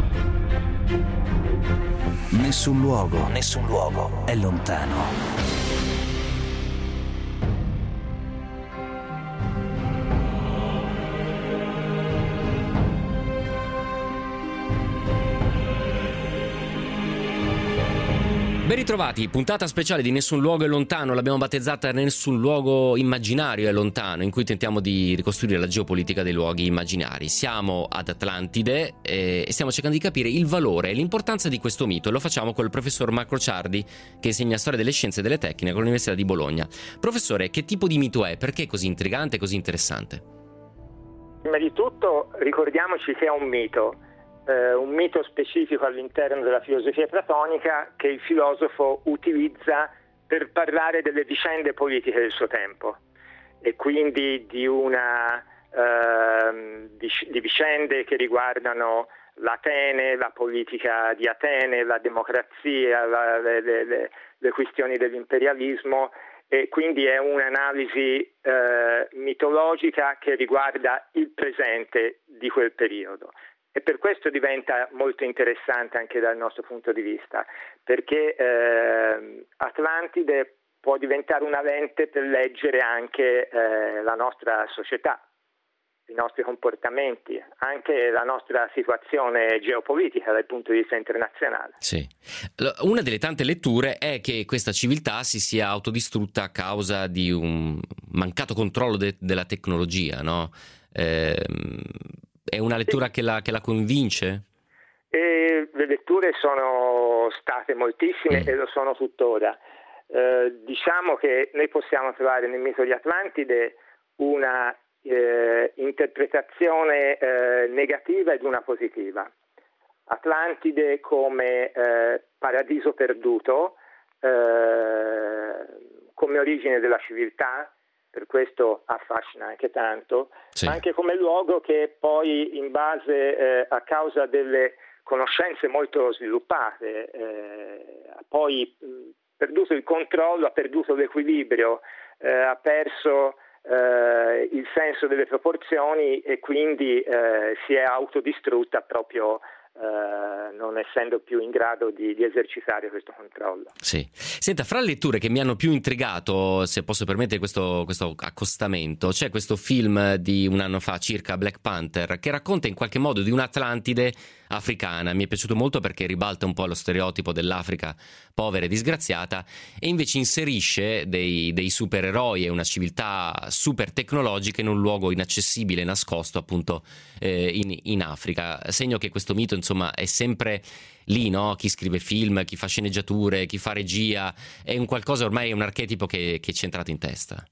Nessun luogo, nessun luogo è lontano. Ben ritrovati, puntata speciale di Nessun Luogo è Lontano, l'abbiamo battezzata Nessun Luogo Immaginario è Lontano, in cui tentiamo di ricostruire la geopolitica dei luoghi immaginari. Siamo ad Atlantide e stiamo cercando di capire il valore e l'importanza di questo mito, e lo facciamo con il professor Marco Ciardi, che insegna storia delle scienze e delle tecniche all'Università di Bologna. Professore, che tipo di mito è? Perché è così intrigante e così interessante? Prima di tutto ricordiamoci che è un mito. Uh, un mito specifico all'interno della filosofia platonica che il filosofo utilizza per parlare delle vicende politiche del suo tempo e quindi di una uh, di, di vicende che riguardano l'Atene, la politica di Atene, la democrazia, la, le, le, le questioni dell'imperialismo, e quindi è un'analisi uh, mitologica che riguarda il presente di quel periodo. E per questo diventa molto interessante anche dal nostro punto di vista, perché eh, Atlantide può diventare una lente per leggere anche eh, la nostra società, i nostri comportamenti, anche la nostra situazione geopolitica dal punto di vista internazionale. Sì. Una delle tante letture è che questa civiltà si sia autodistrutta a causa di un mancato controllo de- della tecnologia, no? Eh, È una lettura sì. che, la, che la convince? E le letture sono state moltissime mm. e lo sono tuttora. Eh, diciamo che noi possiamo trovare nel mito di Atlantide una eh, interpretazione eh, negativa ed una positiva. Atlantide come eh, paradiso perduto, eh, come origine della civiltà, per questo affascina anche tanto, sì. ma anche come luogo che poi in base eh, a causa delle conoscenze molto sviluppate eh, ha poi mh, perduto il controllo, ha perduto l'equilibrio, eh, ha perso eh, il senso delle proporzioni e quindi eh, si è autodistrutta proprio Uh, non essendo più in grado di, di esercitare questo controllo. Sì. Senta, fra le letture che mi hanno più intrigato, se posso permettere questo, questo accostamento, c'è questo film di un anno fa circa, Black Panther, che racconta in qualche modo di un'Atlantide africana. Mi è piaciuto molto perché ribalta un po' lo stereotipo dell'Africa povera e disgraziata e invece inserisce dei, dei supereroi e una civiltà super tecnologica in un luogo inaccessibile, nascosto appunto eh, in, in Africa. Segno che questo mito insomma è sempre lì, no? Chi scrive film, chi fa sceneggiature, chi fa regia, è un qualcosa ormai, è un archetipo che, che ci è entrato in testa.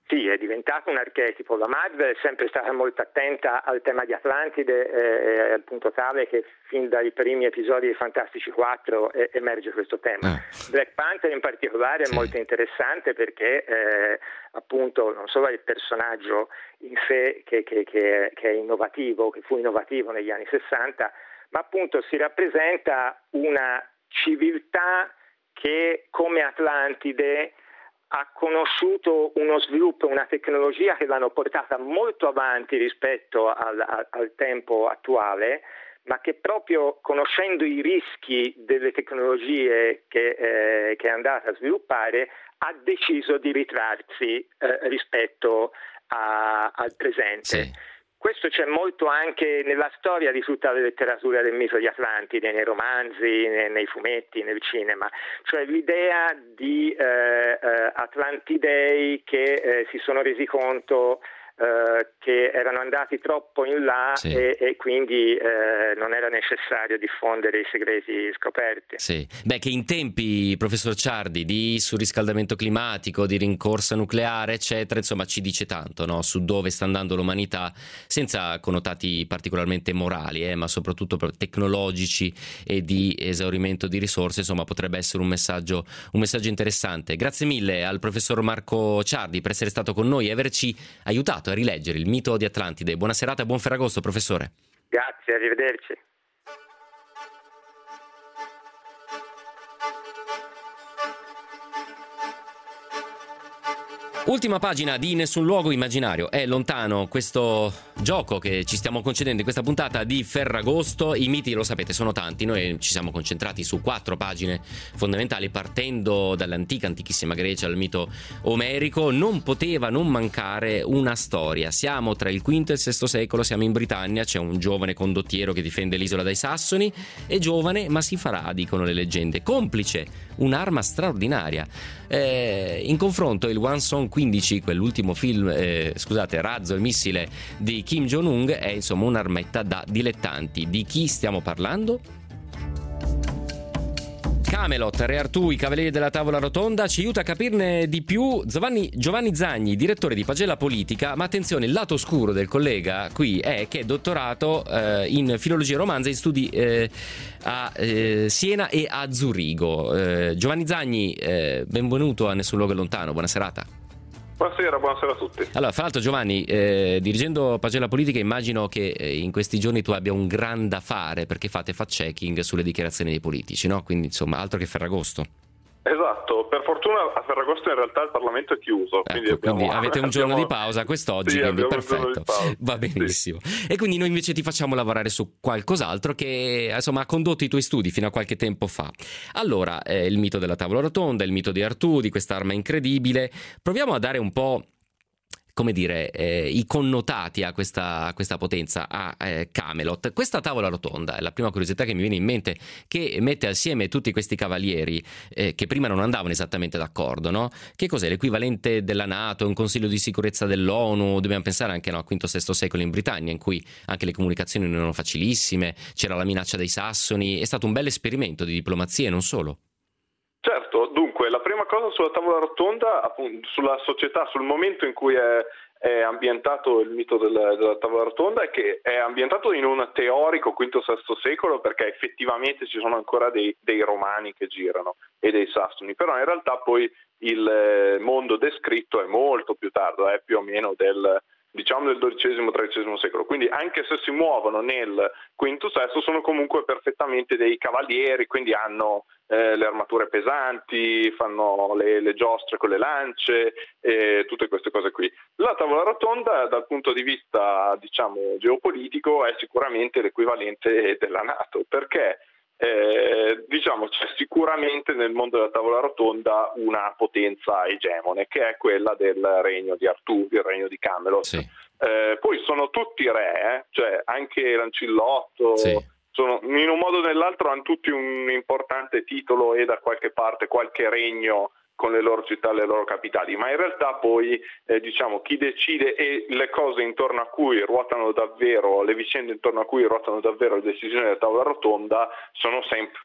Sì, è diventato un archetipo. La Marvel è sempre stata molto attenta al tema di Atlantide, eh, al punto tale che fin dai primi episodi di Fantastici quattro eh, emerge questo tema. Ah. Black Panther in particolare sì. è molto interessante perché eh, appunto non solo è il personaggio in sé che, che, che, che è innovativo, che fu innovativo negli anni sessanta, ma appunto si rappresenta una civiltà che come Atlantide ha conosciuto uno sviluppo, una tecnologia che l'hanno portata molto avanti rispetto al, al, al tempo attuale, ma che proprio conoscendo i rischi delle tecnologie che, eh, che è andata a sviluppare ha deciso di ritrarsi eh, rispetto a, al presente. Sì. Questo c'è molto anche nella storia di tutta la letteratura del mito di Atlantide, nei romanzi, nei, nei fumetti, nel cinema, cioè l'idea di eh, eh, Atlantidei che eh, si sono resi conto eh, che erano andati troppo in là sì. e, e quindi eh, non era necessario diffondere i segreti scoperti. Sì. Beh, che in tempi, professor Ciardi, di surriscaldamento climatico, di rincorsa nucleare, eccetera, insomma ci dice tanto, no? Su dove sta andando l'umanità, senza connotati particolarmente morali, eh, ma soprattutto tecnologici e di esaurimento di risorse, insomma potrebbe essere un messaggio, un messaggio interessante. Grazie mille al professor Marco Ciardi per essere stato con noi e averci aiutato a rileggere il mito di Atlantide. Buona serata e buon Ferragosto, professore. Grazie, arrivederci. Ultima pagina di Nessun luogo immaginario. È lontano questo gioco che ci stiamo concedendo in questa puntata di Ferragosto. I miti, lo sapete, sono tanti. Noi ci siamo concentrati su quattro pagine fondamentali, partendo dall'antica, antichissima Grecia al mito omerico. Non poteva non mancare una storia. Siamo tra il quinto e il sesto secolo, siamo in Britannia, c'è un giovane condottiero che difende l'isola dai Sassoni. È giovane, ma si farà, dicono le leggende, complice un'arma straordinaria. Eh, in confronto il Hwasong quindici, quell'ultimo film, eh, scusate, razzo e missile di Kim Jong-un, è insomma un'armetta da dilettanti. Di chi stiamo parlando? Camelot, Re Artù, i Cavalieri della Tavola Rotonda. Ci aiuta a capirne di più Giovanni, Giovanni Zagni, direttore di Pagella Politica. Ma attenzione, il lato oscuro del collega qui è che è dottorato eh, in filologia romanza in studi eh, a eh, Siena e a Zurigo. Eh, Giovanni Zagni, eh, benvenuto a Nessun luogo lontano, buona serata. Buonasera, buonasera a tutti. Allora, fra l'altro Giovanni, eh, dirigendo Pagella Politica immagino che eh, in questi giorni tu abbia un gran da fare perché fate fact-checking sulle dichiarazioni dei politici, no? Quindi insomma, altro che Ferragosto. Esatto, per fortuna a Ferragosto in realtà il Parlamento è chiuso, ecco, quindi, abbiamo, quindi avete un giorno abbiamo... di pausa quest'oggi, sì, quindi perfetto, va benissimo. Sì. E quindi noi invece ti facciamo lavorare su qualcos'altro che insomma ha condotto i tuoi studi fino a qualche tempo fa. Allora, eh, il mito della tavola rotonda, il mito di Artù, di quest'arma incredibile. Proviamo a dare un po', come dire, eh, i connotati a questa, a questa potenza, a eh, Camelot. Questa tavola rotonda è la prima curiosità che mi viene in mente, che mette assieme tutti questi cavalieri eh, che prima non andavano esattamente d'accordo, no? Che cos'è? L'equivalente della NATO, un consiglio di sicurezza dell'ONU? Dobbiamo pensare anche no, al quinto sesto secolo in Britannia, in cui anche le comunicazioni non erano facilissime, c'era la minaccia dei Sassoni. È stato un bel esperimento di diplomazia e non solo. Certo, dunque la prima cosa sulla tavola rotonda, appunto, sulla società, sul momento in cui è, è ambientato il mito del, della tavola rotonda, è che è ambientato in un teorico quinto sesto secolo, perché effettivamente ci sono ancora dei, dei romani che girano e dei sassoni, però in realtà poi il mondo descritto è molto più tardo, è più o meno del diciamo del dodicesimo tredicesimo secolo, quindi anche se si muovono nel quinto sesto sono comunque perfettamente dei cavalieri, quindi hanno eh, le armature pesanti, fanno le, le giostre con le lance e tutte queste cose qui. La tavola rotonda dal punto di vista diciamo geopolitico è sicuramente l'equivalente della NATO, perché Eh, diciamo c'è sicuramente nel mondo della tavola rotonda una potenza egemone che è quella del regno di Artù, il regno di Camelot. Sì. Eh, poi sono tutti re, eh? Cioè anche Lancillotto, sì. Sono, in un modo o nell'altro hanno tutti un importante titolo e da qualche parte qualche regno con le loro città, le loro capitali, ma in realtà poi eh, diciamo chi decide e le cose intorno a cui ruotano davvero, le vicende intorno a cui ruotano davvero le decisioni della tavola rotonda sono sempre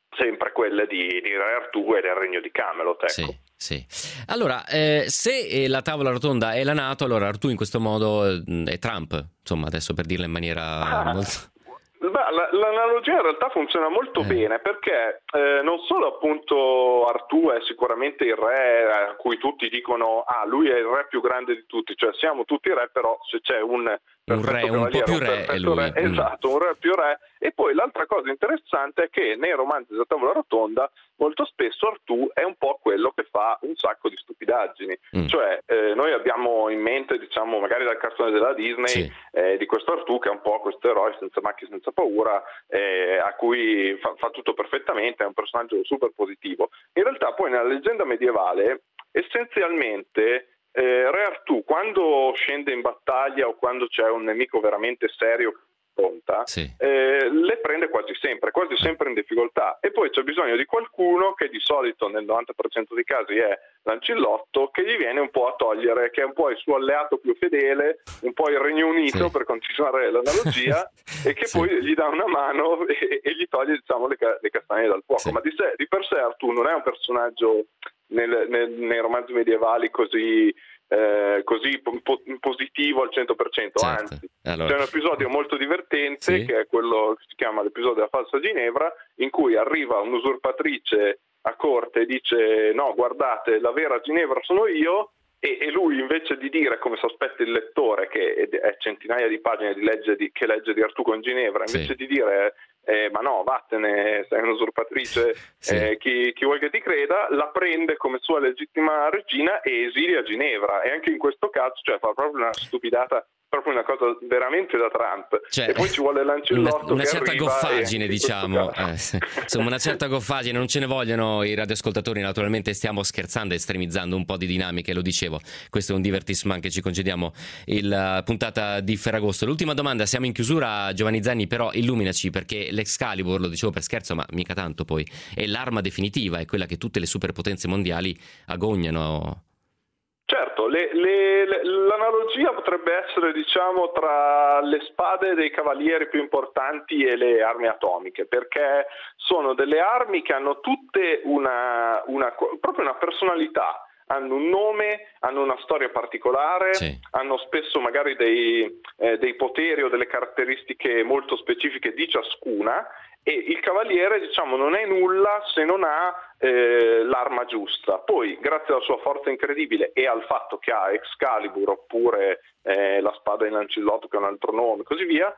sempre quelle di, di Re Artù e del Regno di Camelot, ecco. Sì. Sì. Allora, eh, se la tavola rotonda è la NATO, allora Artù in questo modo è Trump, insomma, adesso per dirla in maniera ah. molto... Beh, l'analogia in realtà funziona molto eh. bene perché eh, non solo appunto Artù è sicuramente il re a cui tutti dicono ah lui è il re più grande di tutti, cioè siamo tutti re, però se c'è un un re un po' più re è lui. Re, mm. Esatto, un re più re. E poi l'altra cosa interessante è che nei romanzi della tavola rotonda molto spesso Artù è un po' quello che fa un sacco di stupidaggini, mm. cioè eh, noi abbiamo in mente, diciamo, magari dal cartone della Disney, sì. eh, di questo Artù che è un po' questo eroe senza macchie, senza paura, eh, a cui fa, fa tutto perfettamente, è un personaggio super positivo. In realtà poi nella leggenda medievale essenzialmente eh, Re Artù, quando scende in battaglia o quando c'è un nemico veramente serio pronta, sì. eh, le prende quasi sempre, quasi sempre in difficoltà, e poi c'è bisogno di qualcuno che di solito nel novanta per cento dei casi è Lancillotto, che gli viene un po' a togliere, che è un po' il suo alleato più fedele, un po' il Regno Unito, sì. per continuare l'analogia, e che sì. poi gli dà una mano e, e gli toglie, diciamo, le, le castagne dal fuoco. Sì. Ma di, sé, di per sé Artù non è un personaggio nel, nel, nei romanzi medievali così Eh, così po- positivo al cento per cento, certo. Anzi allora. C'è un episodio molto divertente, sì. che è quello che si chiama l'episodio della falsa Ginevra, in cui arriva un'usurpatrice a corte e dice no, guardate, la vera Ginevra sono io, e, e lui invece di dire, come sospetta il lettore che è centinaia di pagine di legge di, che legge di Artù con Ginevra, invece sì. di dire Eh, ma no, vattene, sei un'usurpatrice, sì. eh, chi, chi vuoi che ti creda, la prende come sua legittima regina e esilia Ginevra, e anche in questo caso, cioè, fa proprio una stupidata, proprio una cosa veramente da Trump, cioè, e poi ci vuole Lancillotto una, una che certa goffaggine, diciamo, eh, sì. insomma una certa goffaggine, non ce ne vogliono i radioascoltatori, naturalmente stiamo scherzando e estremizzando un po' di dinamiche, lo dicevo, questo è un divertissement che ci concediamo la puntata di Ferragosto. L'ultima domanda, siamo in chiusura, Giovanni Zanni, però illuminaci, perché l'Excalibur, lo dicevo per scherzo ma mica tanto poi, è l'arma definitiva, è quella che tutte le superpotenze mondiali agognano. Certo, le, le, le, l'analogia potrebbe essere, diciamo, tra le spade dei cavalieri più importanti e le armi atomiche, perché sono delle armi che hanno tutte una, una proprio una personalità, hanno un nome, hanno una storia particolare, sì. hanno spesso magari dei, eh, dei poteri o delle caratteristiche molto specifiche di ciascuna, e il cavaliere, diciamo, non è nulla se non ha eh, l'arma giusta. Poi, grazie alla sua forza incredibile e al fatto che ha Excalibur oppure eh, la spada di Lancillotto, che è un altro nome, così via,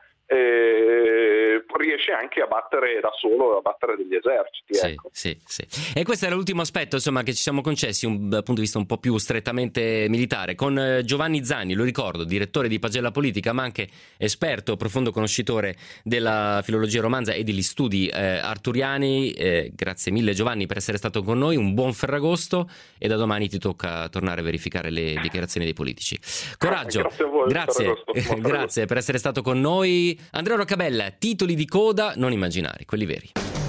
eh, riesce anche a battere da solo, a battere degli eserciti. Sì, ecco. sì, sì. E questo era l'ultimo aspetto, insomma, che ci siamo concessi, un, dal punto di vista un po' più strettamente militare, con eh, Giovanni Zanni, lo ricordo, direttore di Pagella Politica, ma anche esperto, profondo conoscitore della filologia romanza e degli studi eh, arturiani. Eh, grazie mille Giovanni per essere stato con noi, un buon Ferragosto, e da domani ti tocca tornare a verificare le dichiarazioni dei politici. Coraggio, grazie a voi, grazie, grazie per essere stato con noi. Andrea Roccabella, titoli di coda non immaginari, quelli veri.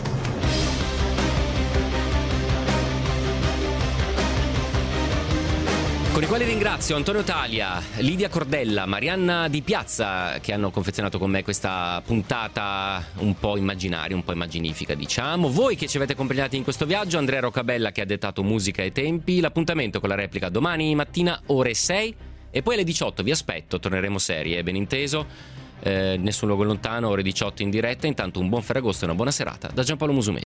Con i quali ringrazio Antonio Talia, Lidia Cordella, Marianna Di Piazza, che hanno confezionato con me questa puntata un po' immaginaria, un po' immaginifica, diciamo. Voi che ci avete accompagnati in questo viaggio, Andrea Roccabella che ha dettato musica e tempi. L'appuntamento con la replica domani mattina ore sei, e poi alle diciotto vi aspetto, torneremo serie, ben inteso. Eh, nessun luogo lontano, ore diciotto in diretta. Intanto un buon Ferragosto e una buona serata da Giampaolo Musumeci.